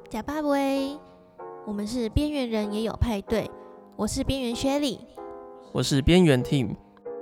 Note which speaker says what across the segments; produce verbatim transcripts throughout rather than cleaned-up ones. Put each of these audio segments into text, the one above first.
Speaker 1: 假巴威，我们是边缘人也有派对，我是边缘 Shelly，
Speaker 2: 我是边缘 Team。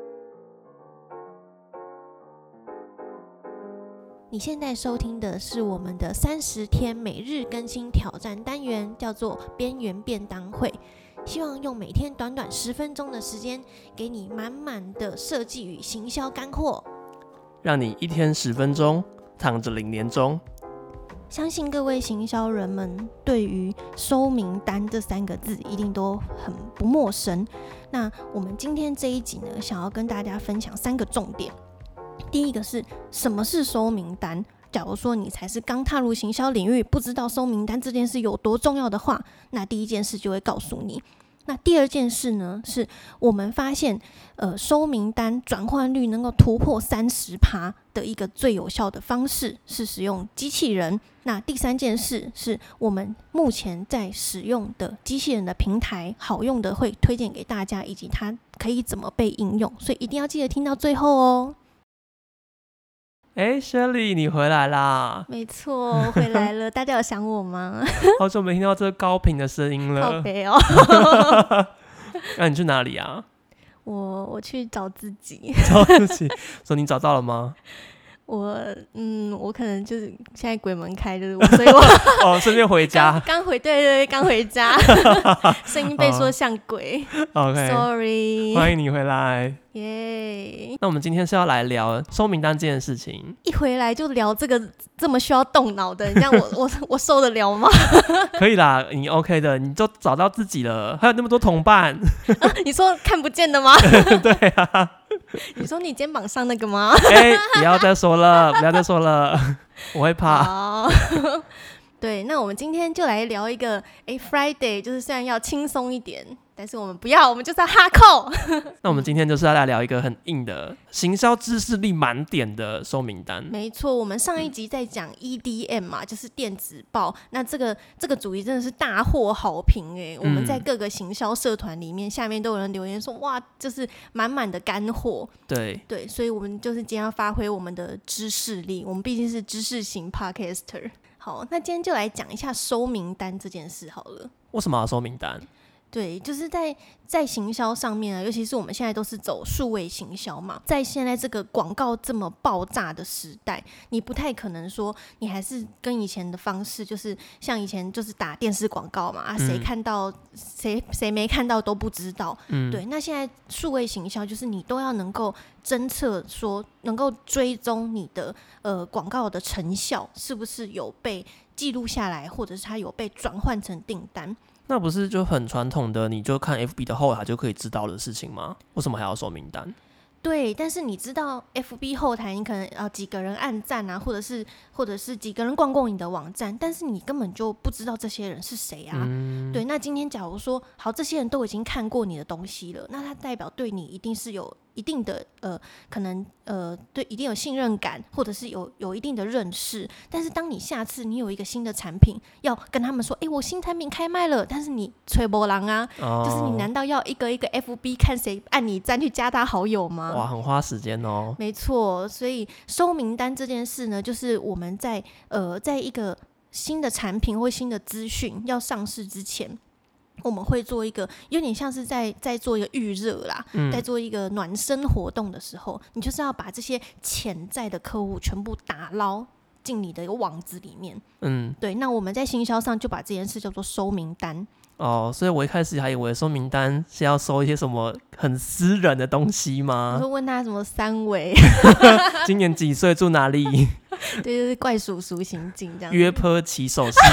Speaker 1: 你现在收听的是我们的三十天每日更新挑战单元，叫做边缘便当会。希望用每天短短十分钟的时间，给你满满的设计与行销干货，
Speaker 2: 让你一天十分钟躺着领年终。
Speaker 1: 相信各位行销人们对于收名单这三个字一定都很不陌生。那我们今天这一集呢，想要跟大家分享三个重点。第一个是什么是收名单？假如说你才是刚踏入行销领域，不知道收名单这件事有多重要的话，那第一件事就会告诉你。那第二件事呢，是我们发现呃，收名单转换率能够突破 百分之三十 的一个最有效的方式是使用机器人。那第三件事是我们目前在使用的机器人的平台好用的会推荐给大家，以及它可以怎么被应用，所以一定要记得听到最后哦。
Speaker 2: 哎 ，Shelly， 你回来啦！
Speaker 1: 没错，我回来了。大家有想我吗？
Speaker 2: 好久没听到这高频的声音了。
Speaker 1: 靠北哦。
Speaker 2: 那、啊、你去哪里啊？
Speaker 1: 我我去找自己。
Speaker 2: 找自己？说你找到了吗？
Speaker 1: 我嗯，我可能就是现在鬼门开，就是我，所以我
Speaker 2: 哦，顺便回家。
Speaker 1: 刚回，对对对，刚回家，声音被说像鬼。
Speaker 2: OK，
Speaker 1: Sorry，
Speaker 2: 欢迎你回来。
Speaker 1: 耶、yeah ！
Speaker 2: 那我们今天是要来聊收名单这件事情。
Speaker 1: 一回来就聊这个这么需要动脑的，你这样我我我受得了吗？
Speaker 2: 可以啦，你 OK 的，你就找到自己了，还有那么多同伴。
Speaker 1: 啊、你说看不见的吗？
Speaker 2: 对啊。
Speaker 1: 你说你肩膀上那个吗？
Speaker 2: 哎、欸，不要再说了，不要再说了，我会怕。
Speaker 1: 对，那我们今天就来聊一个，哎 ，Friday， 就是虽然要轻松一点，但是我们不要，我们就是要哈扣。
Speaker 2: 那我们今天就是要来聊一个很硬的行销知识力满点的收名单。
Speaker 1: 没错，我们上一集在讲 E D M 嘛，嗯、就是电子报。那这个这个主题真的是大获好评哎、欸！我们在各个行销社团里面，下面都有人留言说，哇，就是满满的干货。
Speaker 2: 对
Speaker 1: 对，所以我们就是今天要发挥我们的知识力，我们毕竟是知识型 podcaster。好，那今天就来讲一下收名单这件事好了。
Speaker 2: 为什么要收名单？
Speaker 1: 对，就是在在行销上面啊，尤其是我们现在都是走数位行销嘛，在现在这个广告这么爆炸的时代，你不太可能说你还是跟以前的方式，就是像以前就是打电视广告嘛，啊，谁看到谁谁没看到都不知道。嗯，对，那现在数位行销就是你都要能够侦测，说能够追踪你的呃广告的成效是不是有被记录下来，或者是它有被转换成订单。
Speaker 2: 那不是就很传统的，你就看 F B 的后台就可以知道的事情吗？为什么还要收名单？
Speaker 1: 对，但是你知道 F B 后台，你可能呃几个人按赞啊，或者是或者是几个人逛过你的网站，但是你根本就不知道这些人是谁啊。嗯、对，那今天假如说好，这些人都已经看过你的东西了，那他代表对你一定是有一定的呃可能呃对一定有信任感，或者是有有一定的认识。但是当你下次你有一个新的产品要跟他们说，哎，我新产品开卖了，但是你吹波浪啊、哦，就是你难道要一个一个 F B 看谁按你赞去加他好友吗？
Speaker 2: 哇，很花时间哦。
Speaker 1: 没错，所以收名单这件事呢，就是我们在呃在一个新的产品或新的资讯要上市之前，我们会做一个有点像是在在做一个预热啦、嗯，在做一个暖身活动的时候，你就是要把这些潜在的客户全部打捞进你的一个网子里面。嗯，对。那我们在行销上就把这件事叫做收名单。
Speaker 2: 哦，所以我一开始还以为收名单是要收一些什么很私人的东西吗？
Speaker 1: 我会问他什么三围
Speaker 2: 今年几岁住哪里
Speaker 1: 对，就是怪叔叔行径这样
Speaker 2: 约坡起手式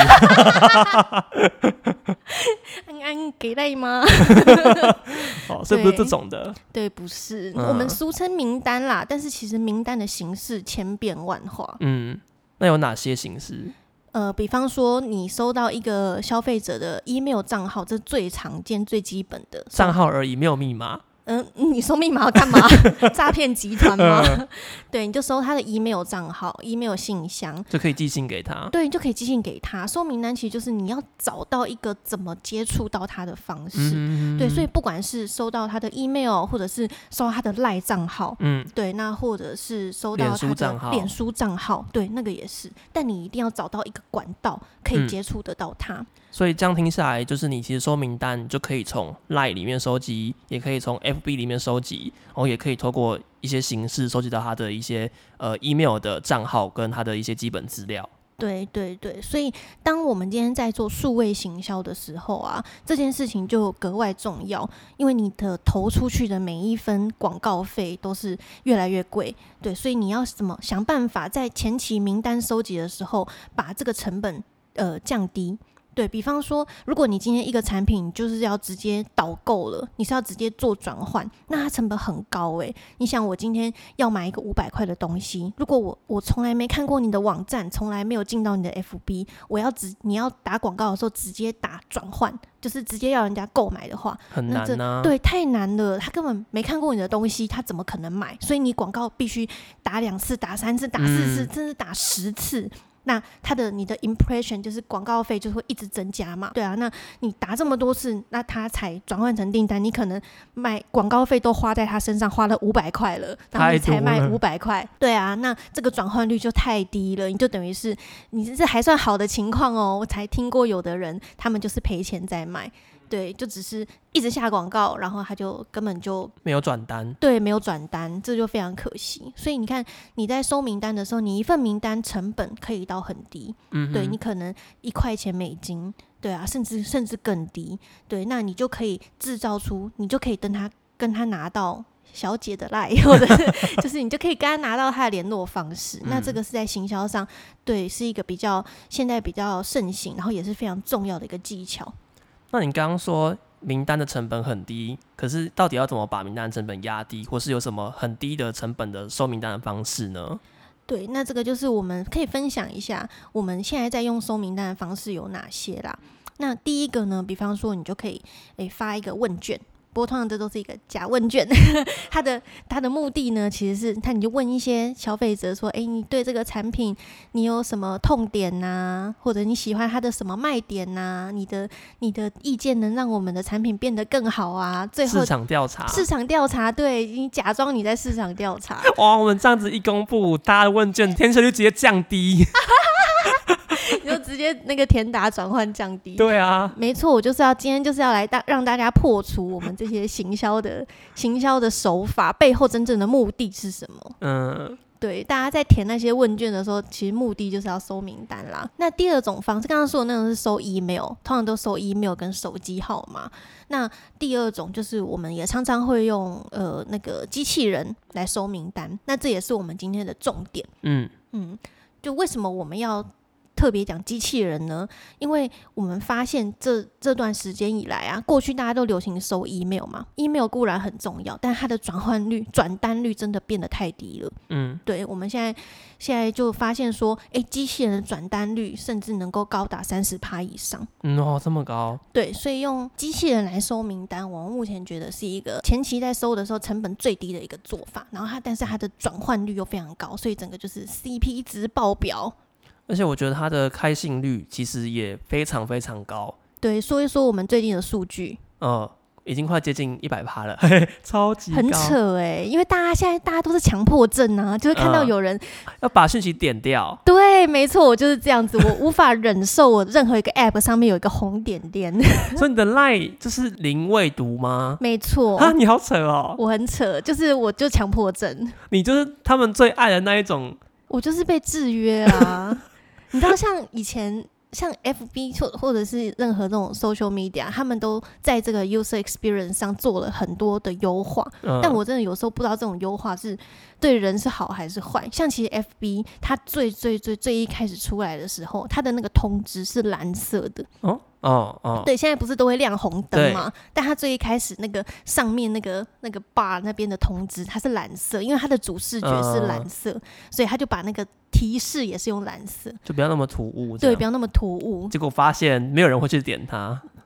Speaker 1: 安安给赖吗
Speaker 2: 哦，所以不是这种的。
Speaker 1: 对, 对不是、嗯、我们俗称名单啦，但是其实名单的形式千变万化。
Speaker 2: 嗯，那有哪些形式？
Speaker 1: 呃，比方说你收到一个消费者的 email 账号，这最常见最基本的
Speaker 2: 账号而已，没有密码。
Speaker 1: 嗯、呃，你收密码要干嘛？诈骗集团吗？对，你就收他的 email 账号、email 信箱，
Speaker 2: 就可以寄信给他。
Speaker 1: 对，你就可以寄信给他。收名单其实就是你要找到一个怎么接触到他的方式。嗯、对，所以不管是收到他的 email， 或者是收到他的 LINE 账号，嗯，对，那或者是收到他的脸书账号，对，那个也是。但你一定要找到一个管道可以接触得到他。嗯，
Speaker 2: 所以这样听下来，就是你其实收名单就可以从 LINE 里面收集，也可以从 F B 里面收集，然后也可以透过一些形式收集到他的一些呃 email 的账号跟他的一些基本资料。
Speaker 1: 对对对，所以当我们今天在做数位行销的时候啊，这件事情就格外重要，因为你的投出去的每一分广告费都是越来越贵，对，所以你要怎么想办法在前期名单收集的时候，把这个成本呃降低。对，比方说，如果你今天一个产品就是要直接导购了，你是要直接做转换，那它成本很高欸。你想，我今天要买一个五百块的东西，如果我我从来没看过你的网站，从来没有进到你的 F B， 我要直你要打广告的时候直接打转换，就是直接要人家购买的话，
Speaker 2: 很难啊。
Speaker 1: 对，太难了，他根本没看过你的东西，他怎么可能买？所以你广告必须打两次、打三次、打四次，嗯、甚至打十次。那它的你的 impression 就是广告费就会一直增加嘛，对啊，那你打这么多次，那它才转换成订单，你可能买广告费都花在他身上，花了五百块了，然后你才卖五百块，对啊，那这个转换率就太低了，你就等于是你这还算好的情况哦，我才听过有的人他们就是赔钱在卖。对，就只是一直下广告，然后他就根本就
Speaker 2: 没有转单，
Speaker 1: 对，没有转单，这就非常可惜。所以你看，你在收名单的时候，你一份名单成本可以到很低，嗯，对你可能一块钱美金，对啊，甚至甚至更低，对，那你就可以制造出，你就可以跟他跟他拿到小姐的 LINE， 或者是就是你就可以跟他拿到他的联络方式。嗯、那这个是在行销上，对，是一个比较现在比较盛行，然后也是非常重要的一个技巧。
Speaker 2: 那你刚刚说名单的成本很低，可是到底要怎么把名单的成本压低，或是有什么很低的成本的收名单的方式呢？
Speaker 1: 对，那这个就是我们可以分享一下我们现在在用收名单的方式有哪些啦。那第一个呢，比方说你就可以诶发一个问卷，不过通常这都是一个假问卷，它的它的目的呢，其实是它你就问一些消费者说，哎，你对这个产品你有什么痛点啊，或者你喜欢它的什么卖点啊，你的你的意见能让我们的产品变得更好啊。最后
Speaker 2: 市场调查，
Speaker 1: 市场调查，对，你假装你在市场调查。
Speaker 2: 哇，我们这样子一公布，大家的问卷填写率直接降低。
Speaker 1: 你就直接那个填答转换降低。
Speaker 2: 对啊，
Speaker 1: 没错，我就是要今天就是要来大让大家破除我们这些行销的行销的手法背后真正的目的是什么。嗯，对，大家在填那些问卷的时候，其实目的就是要收名单啦。那第二种方式，刚刚说的那种是收 email， 通常都收 email 跟手机号码。那第二种就是我们也常常会用呃那个机器人来收名单，那这也是我们今天的重点。嗯嗯，就为什么我们要特别讲机器人呢？因为我们发现这这段时间以来啊，过去大家都流行收 email 嘛 ，email 固然很重要，但它的转换率、转单率真的变得太低了。嗯，对，我们现在现在就发现说，哎，机器人的转单率甚至能够高达三十趴以上。
Speaker 2: 嗯哦，这么高？
Speaker 1: 对，所以用机器人来收名单，我们目前觉得是一个前期在收的时候成本最低的一个做法。然后它，但是它的转换率又非常高，所以整个就是 C P 值爆表。
Speaker 2: 而且我觉得它的开信率其实也非常非常高。
Speaker 1: 对，说一说我们最近的数据。
Speaker 2: 嗯，已经快接近一百趴了，超级高，
Speaker 1: 很扯哎、欸！因为大家现在大家都是强迫症啊，就会看到有人、
Speaker 2: 嗯、要把讯息点掉。
Speaker 1: 对，没错，我就是这样子，我无法忍受我任何一个 app 上面有一个红点点。
Speaker 2: 所以你的 LINE 就是零未读吗？
Speaker 1: 没错
Speaker 2: 啊，你好扯哦！
Speaker 1: 我很扯，就是我就强迫症。
Speaker 2: 你就是他们最爱的那一种。
Speaker 1: 我就是被制约啊。你知道像以前像 F B 或或者是任何这种 social media， 他们都在这个 user experience 上做了很多的优化、嗯、但我真的有时候不知道这种优化是对人是好还是坏。像其实 F B 它最最最最一开始出来的时候，它的那个通知是蓝色的。哦哦哦，对，现在不是都会亮红灯吗？但它最一开始那个上面那个那个 bar 那边的通知它是蓝色，因为它的主视觉是蓝色、嗯、所以它就把那个提示也是用蓝色，
Speaker 2: 就不要那么突兀。
Speaker 1: 对，不要那么突兀。
Speaker 2: 结果发现没有人会去点它。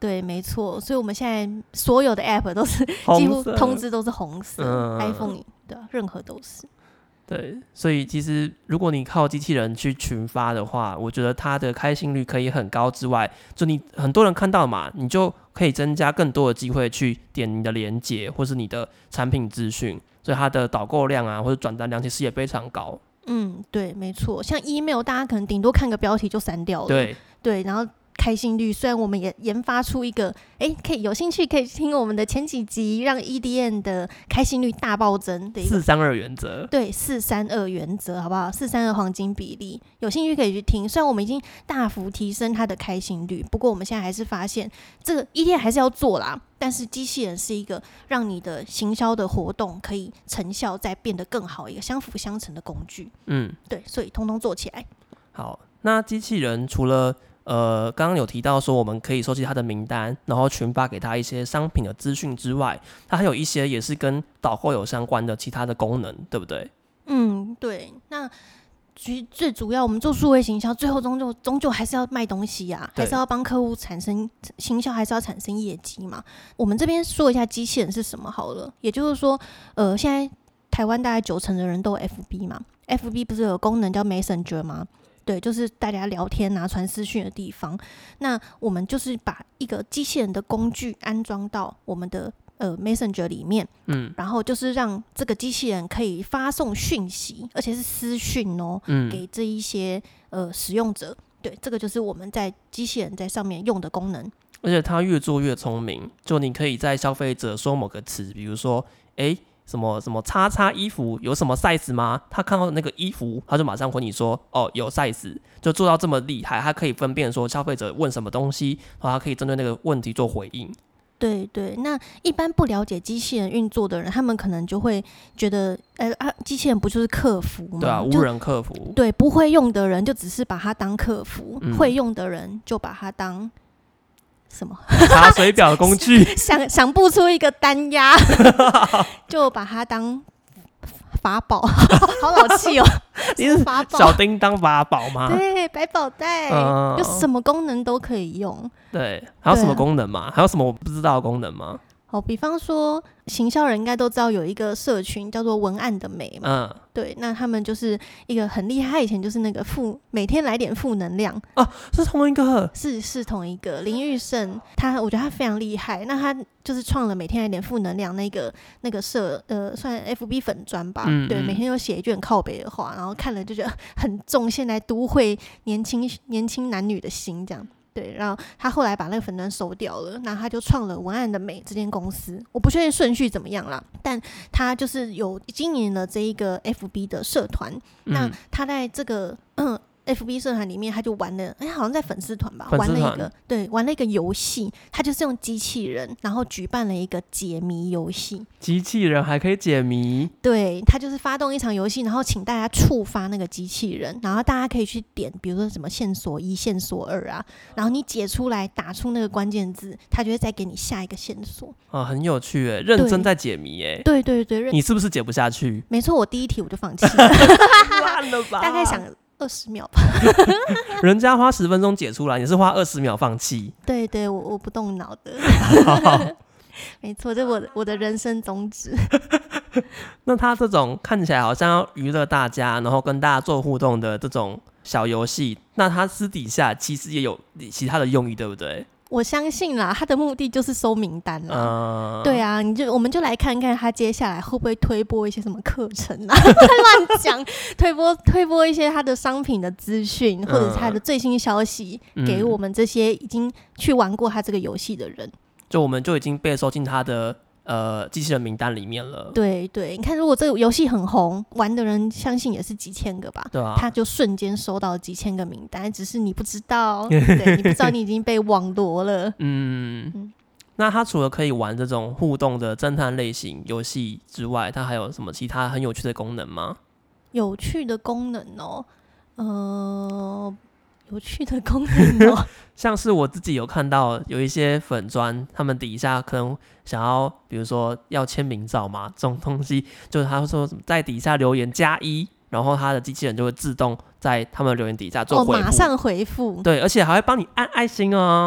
Speaker 1: 对，没错，所以我们现在所有的 App 都是几乎通知都是红色、嗯、，iPhone 对、啊，任何都是。
Speaker 2: 对，所以其实如果你靠机器人去群发的话，我觉得它的开信率可以很高之外，就你很多人看到嘛，你就可以增加更多的机会去点你的连结或是你的产品资讯，所以它的导购量啊或者转单量其实也非常高。
Speaker 1: 嗯，对，没错，像 email 大家可能顶多看个标题就删掉了，
Speaker 2: 对
Speaker 1: 对，然后开信率，虽然我们也研发出一个，哎，可以有兴趣可以听我们的前几集，让 E D M 的开信率大暴增的一个
Speaker 2: 四三二原则，
Speaker 1: 对，四三二原则，好不好？四三二黄金比例，有兴趣可以去听。虽然我们已经大幅提升它的开信率，不过我们现在还是发现，这个 E D M 还是要做啦。但是机器人是一个让你的行销的活动可以成效再变得更好，一个相辅相成的工具。嗯，对，所以通通做起来。
Speaker 2: 好，那机器人除了呃，刚刚有提到说我们可以收集他的名单，然后群发给他一些商品的资讯之外，它还有一些也是跟导购有相关的其他的功能，对不对？
Speaker 1: 嗯，对。那其实最主要，我们做数位行销，最后终究终究还是要卖东西啊，还是要帮客户产生行销，还是要产生业绩嘛。我们这边说一下机器人是什么好了，也就是说，呃，现在台湾大概九成的人都有 F B 嘛 ，F B 不是有功能叫 Messenger 吗？对，就是大家聊天啊、传私讯的地方。那我们就是把一个机器人的工具安装到我们的呃 Messenger 里面，嗯，然后就是让这个机器人可以发送讯息，而且是私讯哦，嗯，给这一些呃使用者。对，这个就是我们在机器人在上面用的功能。
Speaker 2: 而且它越做越聪明，就你可以在消费者说某个词，比如说，哎。什么什么叉叉衣服有什么 size 吗？他看到那个衣服，他就马上回你说，哦，有 size， 就做到这么厉害，他可以分辨说消费者问什么东西，然后他可以针对那个问题做回应。
Speaker 1: 对对，那一般不了解机器人运作的人，他们可能就会觉得，呃啊，机器人不就是客服吗？
Speaker 2: 对啊，无人客服。
Speaker 1: 对，不会用的人就只是把它当客服，嗯、会用的人就把它当。什么
Speaker 2: 查水表的工具
Speaker 1: 想想不出一个单压就把它当法宝好老气哦
Speaker 2: 你是小叮当法宝吗？
Speaker 1: 对，百宝袋、嗯、就什么功能都可以用。
Speaker 2: 对，还有什么功能吗？还有什么我不知道的功能吗？
Speaker 1: 哦，比方说行销人应该都知道有一个社群叫做文案的美嘛，嗯，对，那他们就是一个很厉害，以前就是那个负每天来点负能量
Speaker 2: 啊，是同一个，
Speaker 1: 是是同一个林玉胜，他我觉得他非常厉害，那他就是创了每天来点负能量那个那个社呃算 F B 粉专吧，嗯嗯对，每天都写一句很靠北的话，然后看了就觉得很重现在都会年轻年轻男女的心这样。对，然后他后来把那个粉专收掉了，那他就创了文案的美这间公司，我不确定顺序怎么样啦，但他就是有经营了这一个 F B 的社团、嗯、那他在这个嗯 F B 社团里面他就玩了，哎，好像在粉丝团吧，玩了一个对，玩了一个游戏，他就是用机器人，然后举办了一个解谜游戏。
Speaker 2: 机器人还可以解谜？
Speaker 1: 对，他就是发动一场游戏，然后请大家触发那个机器人，然后大家可以去点，比如说什么线索一、线索二啊，然后你解出来，打出那个关键字，他就会再给你下一个线索。
Speaker 2: 啊，很有趣耶，认真在解谜耶。
Speaker 1: 对对对对，
Speaker 2: 你是不是解不下去？
Speaker 1: 没错，我第一题我就放弃了，
Speaker 2: 烂了吧？
Speaker 1: 大概想二十秒吧
Speaker 2: 人家花十分钟解出来，你是花二十秒放弃？
Speaker 1: 对对，我我不动脑的没错，这是我的我的人生宗旨
Speaker 2: 那他这种看起来好像要娱乐大家，然后跟大家做互动的这种小游戏，那他私底下其实也有其他的用意，对不对？
Speaker 1: 我相信啦，他的目的就是收名单啦、嗯、对啊，你就我们就来看看他接下来会不会推播一些什么课程啊乱讲推播推播一些他的商品的资讯，或者是他的最新消息、嗯、给我们这些已经去玩过他这个游戏的人，
Speaker 2: 就我们就已经被收进他的呃机器人名单里面了。
Speaker 1: 对对，你看如果这个游戏很红，玩的人相信也是几千个吧，
Speaker 2: 对啊，
Speaker 1: 他就瞬间收到几千个名单，只是你不知道对，你不知道你已经被网罗了嗯, 嗯
Speaker 2: 那他除了可以玩这种互动的侦探类型游戏之外，他还有什么其他很有趣的功能吗？
Speaker 1: 有趣的功能哦呃有趣的功能哦
Speaker 2: 像是我自己有看到有一些粉专，他们底下可能想要比如说要签名照嘛，这种东西就是他说在底下留言加一，然后他的机器人就会自动在他们的留言底下做回复、哦、
Speaker 1: 马上回复，
Speaker 2: 对，而且还会帮你按爱心哦，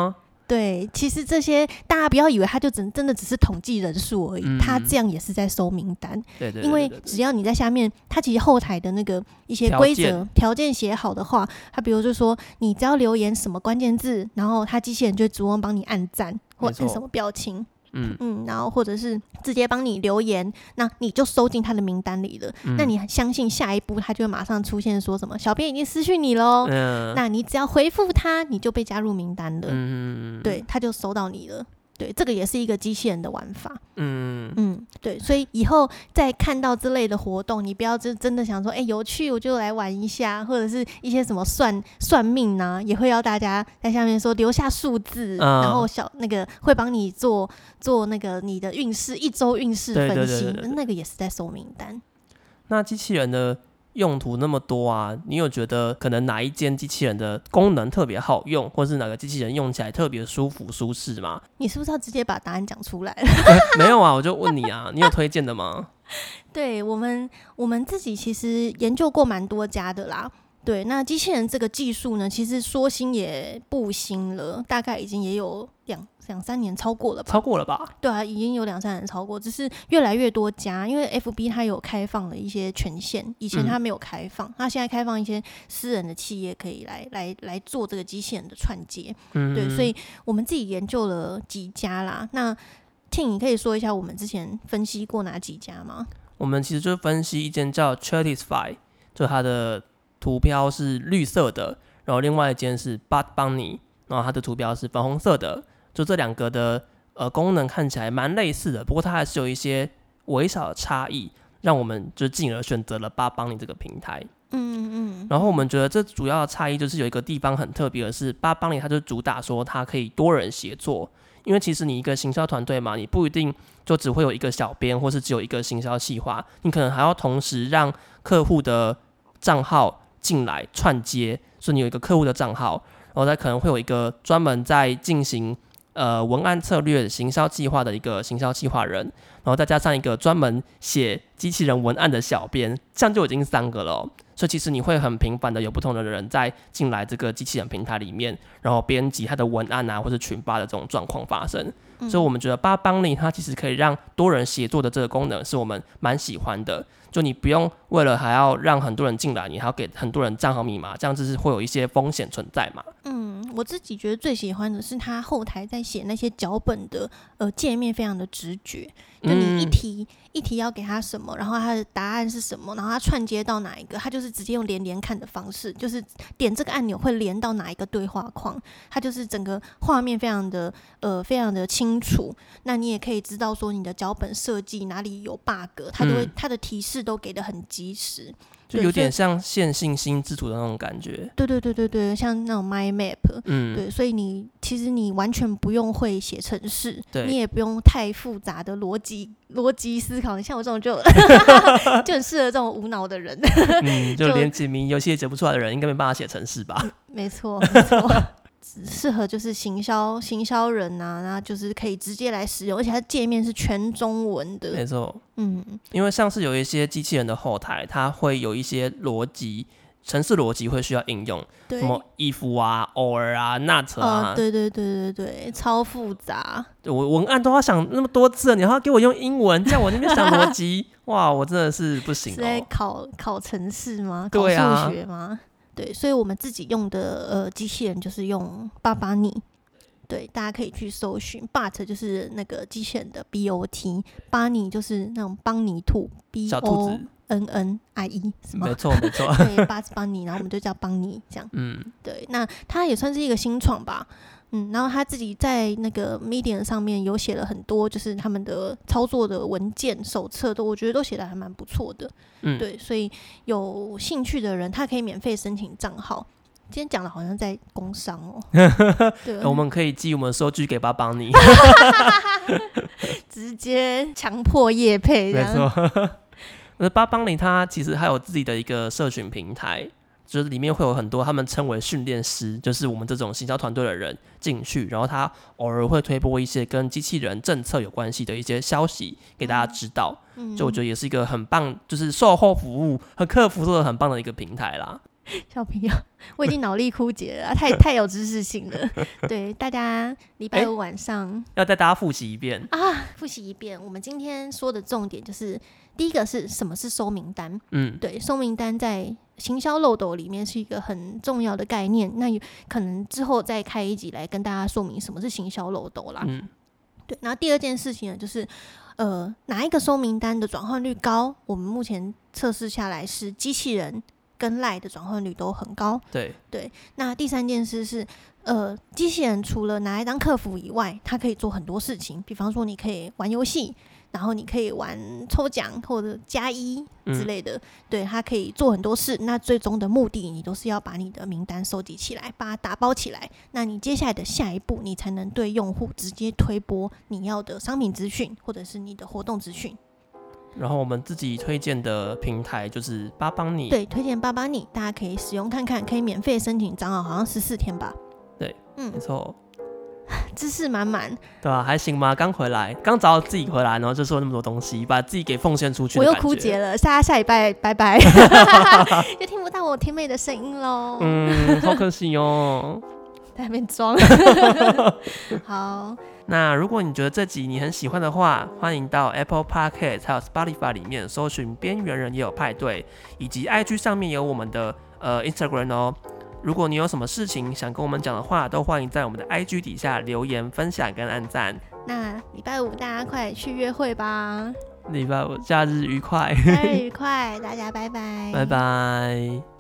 Speaker 1: 对，其实这些大家不要以为他就真真的只是统计人数而已，
Speaker 2: 嗯
Speaker 1: 他这样也是在收名单。
Speaker 2: 对对对对对对，
Speaker 1: 因为只要你在下面，他其实后台的那个一些规则条件写好的话，他比如就说你只要留言什么关键字，然后他机器人就会主动帮你按赞或按什么表情。嗯, 嗯然后或者是直接帮你留言，那你就收进他的名单里了、嗯、那你相信下一步他就会马上出现说什么小编已经私讯你咯、嗯、那你只要回复他你就被加入名单了、嗯、对，他就收到你了。对，这个也是一个机器人的玩法。嗯嗯，对，所以以后再看到这类的活动，你不要就真的想说，哎、欸，有趣我就来玩一下，或者是一些什么算算命啊，也会要大家在下面说留下数字，嗯、然后小那个会帮你做做那个你的运势一周运势分析，对对对对对，那个也是在收名单。
Speaker 2: 那机器人的用途那么多啊，你有觉得可能哪一间机器人的功能特别好用，或是哪个机器人用起来特别舒服舒适吗？
Speaker 1: 你是不是要直接把答案讲出来了、
Speaker 2: 欸、没有啊，我就问你啊，你有推荐的吗？
Speaker 1: 对，我们我们自己其实研究过蛮多家的啦。对，那机器人这个技术呢，其实说新也不新了，大概已经也有两两三年超过了吧？
Speaker 2: 超过了吧？
Speaker 1: 对啊，已经有两三年超过，只是越来越多家，因为 F B 它有开放了一些权限，以前它没有开放，它、嗯、现在开放一些私人的企业可以来来来做这个机器人的串接。嗯，对，所以我们自己研究了几家啦。那 Tim 你可以说一下我们之前分析过哪几家吗？
Speaker 2: 我们其实就分析一间叫 Chatisfy， 就它的图标是绿色的，然后另外一间是 Bot Bunny， 然后它的图标是粉红色的，就这两个的呃功能看起来蛮类似的，不过它还是有一些微小的差异，让我们就进而选择了 Bot Bunny 这个平台。嗯嗯，然后我们觉得这主要的差异就是有一个地方很特别的是 Bot Bunny 它就主打说它可以多人协作，因为其实你一个行销团队嘛，你不一定就只会有一个小编或是只有一个行销企划，你可能还要同时让客户的账号进来串接，所以你有一个客户的账号，然后再可能会有一个专门在进行呃文案策略行销计划的一个行销企划人，然后再加上一个专门写机器人文案的小编，这样就已经三个了、哦。所以其实你会很频繁的有不同的人在进来这个机器人平台里面，然后编辑他的文案啊，或是群发的这种状况发生。嗯、所以我们觉得 Bot Bunny 它其实可以让多人协作的这个功能是我们蛮喜欢的。就你不用为了还要让很多人进来，你还要给很多人账号密码，这样子是会有一些风险存在嘛。
Speaker 1: 嗯，我自己觉得最喜欢的是他后台在写那些脚本的呃界面非常的直觉，就你一题、嗯、一题要给他什么，然后他的答案是什么，然后他串接到哪一个，他就是直接用连连看的方式，就是点这个按钮会连到哪一个对话框，他就是整个画面非常的呃非常的清楚。那你也可以知道说你的脚本设计哪里有 bug， 他就会、嗯、他的提示都给得很及时，
Speaker 2: 就有点像线性心智图的那种感觉。
Speaker 1: 对对对对对，像那种 mind map， 嗯，对，所以你其实你完全不用会写程式，你也不用太复杂的逻辑逻辑思考。你像我这种就就很适合这种无脑的人，
Speaker 2: 嗯，就连解谜游戏也解不出来的人，应该没办法写程式吧？
Speaker 1: 嗯、没错，没错。适合就是行销行销人啊，那就是可以直接来使用，而且它界面是全中文的。
Speaker 2: 没错，嗯，因为像是有一些机器人的后台，它会有一些逻辑，程式逻辑会需要应用，什么 if 啊、or 啊、not 啊，
Speaker 1: 哦、对对对对对，超复杂。
Speaker 2: 我文案都要想那么多次，你还要给我用英文，这样我那边想逻辑，哇，我真的是不行哦。
Speaker 1: 是在考考程式吗？考数学吗？对，所以我们自己用的呃机器人就是用巴巴尼，对，大家可以去搜寻 ，Bot 就是那个机器人的 B O T， 巴尼就是那种邦尼兔 B O N N I E， 是吗？
Speaker 2: 没错没错，
Speaker 1: 对 ，Bot Bunny， 然后我们就叫邦尼这样，嗯，对，那它也算是一个新创吧。嗯，然后他自己在那个 Medium 上面有写了很多，就是他们的操作的文件手册，都我觉得都写得还蛮不错的。嗯，对，所以有兴趣的人，他可以免费申请账号。今天讲的好像在工商哦，对，
Speaker 2: 我们可以寄我们收据给巴邦尼，
Speaker 1: 直接强迫业配，
Speaker 2: 没错。那巴邦尼他其实还有自己的一个社群平台。就是里面会有很多他们称为训练师，就是我们这种行销团队的人进去，然后他偶尔会推播一些跟机器人政策有关系的一些消息给大家知道。嗯，就我觉得也是一个很棒，就是售后服务和客服做的很棒的一个平台啦。
Speaker 1: 小朋友，我已经脑力枯竭了，太太有知识性了。对，大家礼拜五晚上、欸、
Speaker 2: 要带大家复习一遍
Speaker 1: 啊，复习一遍。我们今天说的重点就是第一个是什么是收名单。嗯，对，收名单在行销漏斗里面是一个很重要的概念。那可能之后再开一集来跟大家说明什么是行销漏斗啦。嗯，对。然后第二件事情呢，就是呃，哪一个收名单的转换率高？我们目前测试下来是机器人跟 LINE 的转换率都很高。
Speaker 2: 对
Speaker 1: 对。那第三件事是，呃，机器人除了拿来当客服以外，它可以做很多事情，比方说你可以玩游戏，然后你可以玩抽奖或者加一之类的、嗯、对，它可以做很多事。那最终的目的你都是要把你的名单收集起来，把它打包起来，那你接下来的下一步你才能对用户直接推播你要的商品资讯或者是你的活动资讯。
Speaker 2: 然后我们自己推荐的平台就是巴邦尼，
Speaker 1: 对，推荐巴邦尼，大家可以使用看看，可以免费申请账号，好像十四天吧。
Speaker 2: 对，嗯，没错。
Speaker 1: 知识满满，
Speaker 2: 对啊，还行吗？刚回来，刚找到自己回来，然后就说那么多东西，把自己给奉献出去的感觉。
Speaker 1: 我又枯竭了，下下礼拜拜拜，就听不到我甜美的声音喽。
Speaker 2: 嗯，好可惜哦。
Speaker 1: 在那边装。好，
Speaker 2: 那如果你觉得这集你很喜欢的话，欢迎到 Apple Podcast 还有 Spotify 里面搜寻边缘人也有派对，以及 I G 上面有我们的呃 Instagram 哦。如果你有什么事情想跟我们讲的话，都欢迎在我们的 I G 底下留言分享跟按赞。
Speaker 1: 那礼拜五大家快去约会吧！
Speaker 2: 礼拜五假日愉快，
Speaker 1: 假日愉快，大家拜拜，
Speaker 2: 拜拜。